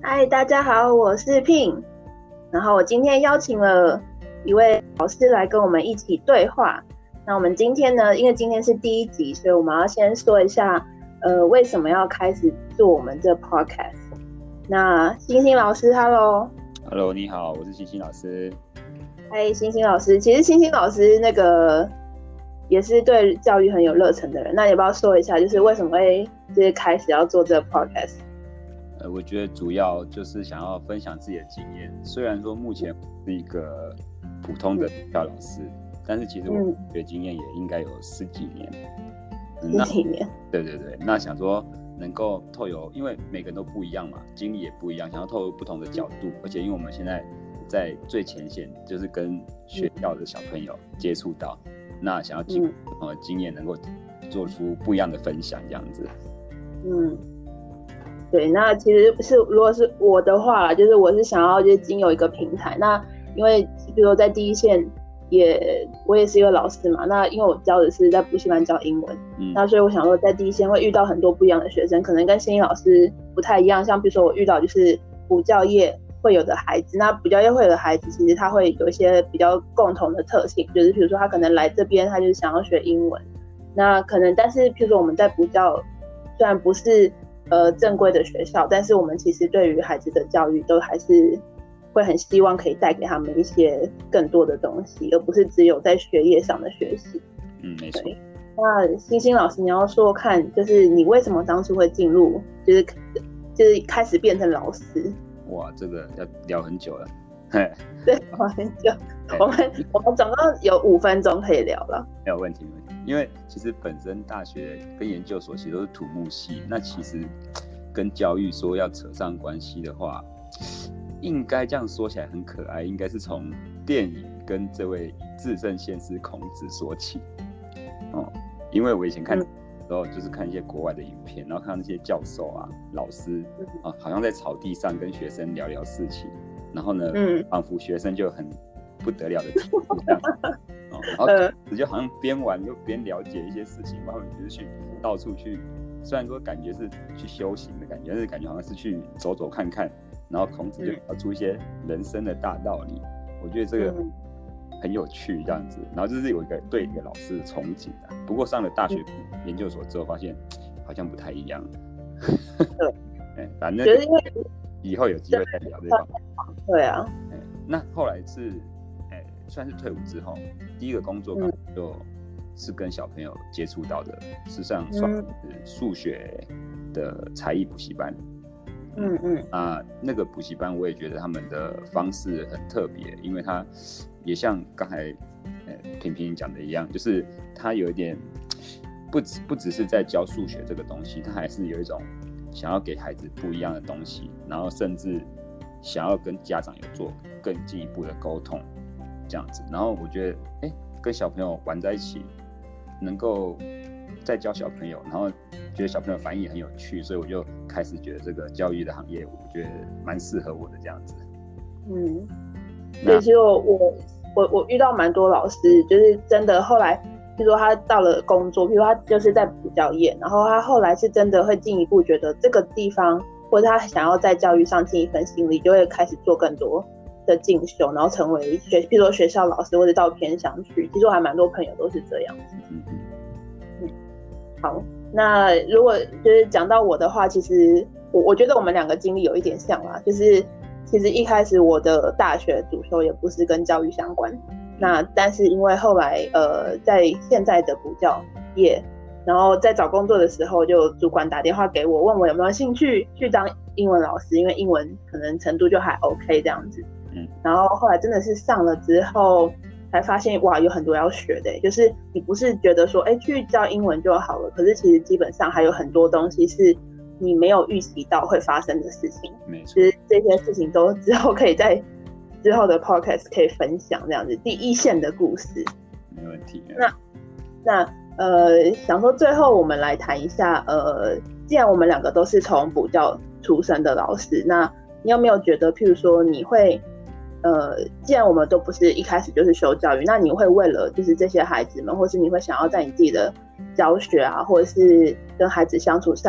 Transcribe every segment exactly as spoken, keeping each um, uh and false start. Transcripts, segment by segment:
嗨，大家好，我是 Pin。然后我今天邀请了一位老师来跟我们一起对话。那我们今天呢，因为今天是第一集，所以我们要先说一下，呃，为什么要开始做我们这 podcast。那星星老师 ，Hello。Hello， 你好，我是星星老师。 嗨，星星老师，其实星星老师那个也是对教育很有热忱的人。那你要不要说一下，就是为什么会就是开始要做这个 podcast？ 呃，我觉得主要就是想要分享自己的经验。虽然说目前是一个普通的教老师，嗯、但是其实我学经验也应该有十几年。 嗯、十几年。 对对对，那想说能够透有，因为每个人都不一样嘛，经历也不一样，想要透过不同的角度，而且因为我们现在在最前线，就是跟学校的小朋友接触到，嗯、那想要经历不同的经验，能够做出不一样的分享，这样子。 嗯。对，那其实是如果是我的话，就是我是想要就是经由一个平台，那因为比如说在第一线也我也是一个老师嘛，那因为我教的是在补习班教英文，嗯、那所以我想说在第一线会遇到很多不一样的学生，可能跟星星老师不太一样，像比如说我遇到就是补教业会有的孩子，那补教业会有的孩子其实他会有一些比较共同的特性，就是比如说他可能来这边他就是想要学英文，那可能但是比如说我们在补教虽然不是呃，正规的学校，但是我们其实对于孩子的教育都还是会很希望可以带给他们一些更多的东西，而不是只有在学业上的学习。 嗯，没错。 那星星老师，你要说看，就是你为什么当初会进入，就是就是开始变成老师？ 哇，这个要聊很久了。 对，聊很久。我们我们总共有五分钟可以聊了。 没有问题，没问题。因为其实本身大学跟研究所其实都是土木系，那其实跟教育说要扯上关系的话，应该这样说起来很可爱，应该是从电影跟这位至圣先师孔子说起。哦，因为我以前看的时候就是看一些国外的影片，然后看到那些教授啊、老师啊，好像在草地上跟学生聊聊事情，然后呢，嗯、仿佛学生就很不得了的题目这样。哦、然后孔子就好像边玩又边了解一些事情，然后就是去到处去，虽然说感觉是去修行的感觉，但是感觉好像是去走走看看，然后孔子就聊出一些人生的大道理。我觉得这个很有趣这样子，然后就是有一个对一个老师的憧憬啊。不过上了大学研究所之后，发现好像不太一样。对，反正以后有机会再聊这个。 对啊， 那后来是。算是退伍之后，第一个工作就是跟小朋友接触到的，事实上算是数学的才艺补习班。嗯嗯，啊，那个补习班我也觉得他们的方式很特别，因为他也像刚才呃平平讲的一样，就是他有一点不只不只是在教数学这个东西，他还是有一种想要给孩子不一样的东西，然后甚至想要跟家长有做更进一步的沟通。这样子，然后我觉得，哎，跟小朋友玩在一起，能够再教小朋友，然后觉得小朋友反应也很有趣，所以我就开始觉得这个教育的行业，我觉得蛮适合我的这样子。 嗯，所以其实我我我我遇到蛮多老师，就是真的后来，比如说他到了工作，比如说他就是在补教业，然后他后来是真的会进一步觉得这个地方，或者他想要在教育上尽一份心力，就会开始做更多的进修，然后成为学，譬如说学校老师或者到偏乡去，其实我还蛮多朋友都是这样子。嗯嗯，好，那如果就是讲到我的话，其实我我觉得我们两个经历有一点像啦，就是其实一开始我的大学主修也不是跟教育相关，那但是因为后来呃在现在的补教业，然后在找工作的时候，就主管打电话给我，问我有没有兴趣去当英文老师，因为英文可能程度就还 OK 这样子。然后后来真的是上了之后才发现，哇，有很多要学的，就是你不是觉得说哎去教英文就好了，可是其实基本上还有很多东西是你没有预期到会发生的事情。 没错， 其实这些事情都之后可以在之后的 podcast 可以分享这样子第一线的故事。 没问题。 那那呃想说最后我们来谈一下，呃既然我们两个都是从补教出身的老师，那你有没有觉得譬如说你会呃，既然我们都不是一开始就是修教育，那你会为了就是这些孩子们，或是你会想要在你自己的教学啊，或者是跟孩子相处上，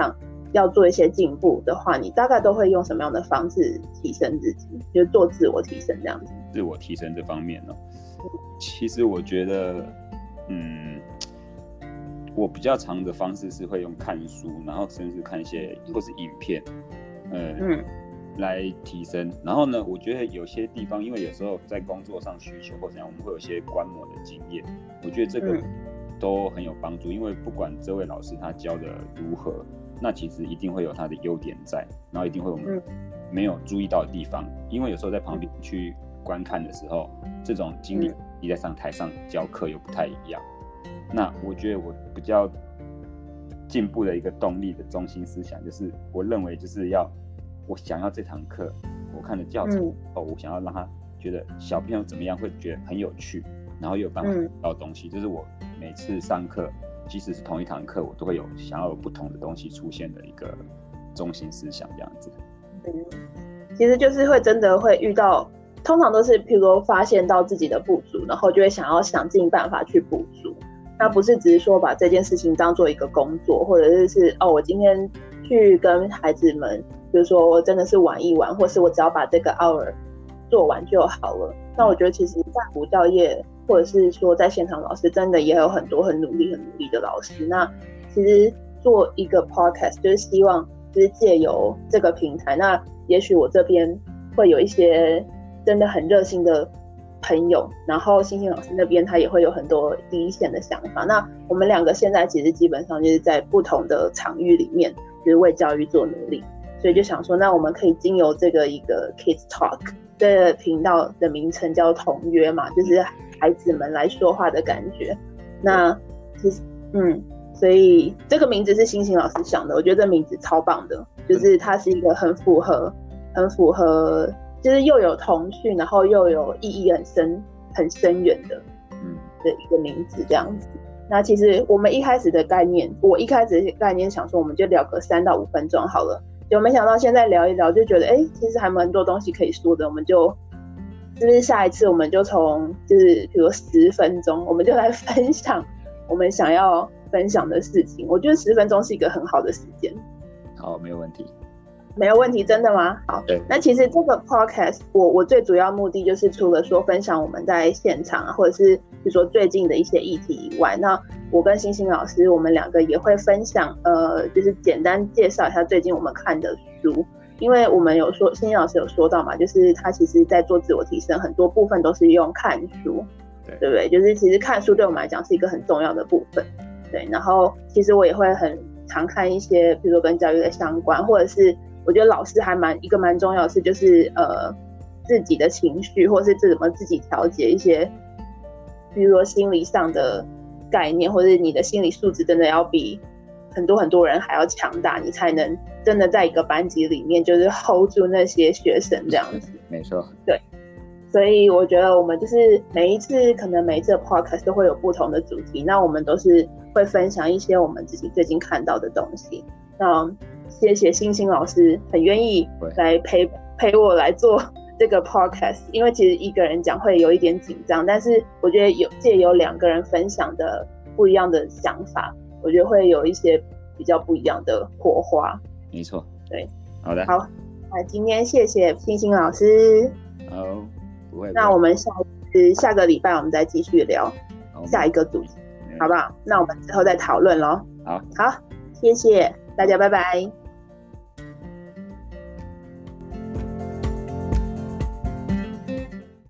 要做一些进步的话，你大概都会用什么样的方式提升自己？就是做自我提升这样子。 自我提升这方面呢、喔，其实我觉得，嗯，我比较常的方式是会用看书，然后甚至看一些或是影片，呃、嗯，来提升。然后呢，我觉得有些地方，因为有时候在工作上需求或怎样，我们会有一些观摩的经验，我觉得这个都很有帮助。因为不管这位老师他教的如何，那其实一定会有他的优点在，然后一定会有我们没有注意到的地方。因为有时候在旁边去观看的时候，这种经历你在上台上教课又不太一样。那我觉得我比较进步的一个动力的中心思想，就是我认为就是要我想要这堂课我看了教材后，我想要让他觉得小朋友怎么样会觉得很有趣，然后又有办法学到东西。就是我每次上课，即使是同一堂课，我都会有想要有不同的东西出现的一个中心思想这样子。 嗯，其实就是会真的会遇到，通常都是譬如说发现到自己的不足，然后就会想要想尽办法去补足。那不是只是说把这件事情当做一个工作，或者是是哦，我今天去跟孩子们，比如说我真的是玩一玩，或是我只要把这个 hour 做完就好了。那我觉得其实在补教业，或者是说在现场老师，真的也有很多很努力很努力的老师。那其实做一个 podcast 就是希望就是借由这个平台，那也许我这边会有一些真的很热心的朋友，然后星星老师那边他也会有很多第一线的想法。那我们两个现在其实基本上就是在不同的场域里面，就是为教育做努力，所以就想说，那我们可以经由这个一个 Kids Talk 这个频道的名称叫同约嘛，就是孩子们来说话的感觉。那其实嗯，所以这个名字是星星老师想的，我觉得这名字超棒的，就是它是一个很符合很符合就是又有童趣，然后又有意义很深很深远的的一个名字这样子。那其实我们一开始的概念，我一开始的概念想说我们就聊个三到五分钟好了，就没想到现在聊一聊就觉得哎、欸，其实还蛮多东西可以说的。我们就是不是下一次我们就从就是比如说十分钟，我们就来分享我们想要分享的事情。我觉得十分钟是一个很好的时间。 好，没有问题。 没有问题，真的吗？好，那其实这个 podcast 我我最主要目的就是除了说分享我们在现场啊，或者是比如说最近的一些议题以外，那我跟星星老师我们两个也会分享，呃，就是简单介绍一下最近我们看的书，因为我们有说星星老师有说到嘛，就是他其实在做自我提升，很多部分都是用看书， 对, 对不对？就是其实看书对我们来讲是一个很重要的部分，对。然后其实我也会很常看一些，比如说跟教育的相关，或者是我觉得老师还蛮一个蛮重要的是，就是呃自己的情绪，或是怎么自己调节一些，比如说心理上的概念，或是你的心理素质真的要比很多很多人还要强大，你才能真的在一个班级里面就是 hold 住那些学生这样子。 没错， 对。所以我觉得我们就是每一次可能每一次的 podcast 都会有不同的主题，那我们都是会分享一些我们自己最近看到的东西。那谢谢星星老师很愿意来陪陪我来做这个 podcast， 因为其实一个人讲会有一点紧张，但是我觉得有借由两个人分享的不一样的想法，我觉得会有一些比较不一样的火花。 没错， 对， 好的， 好，那今天谢谢星星老师。 好，不会， 那我们下次下个礼拜我们再继续聊下一个主题，好不好？那我们之后再讨论咯。 好， 好，谢谢大家，拜拜。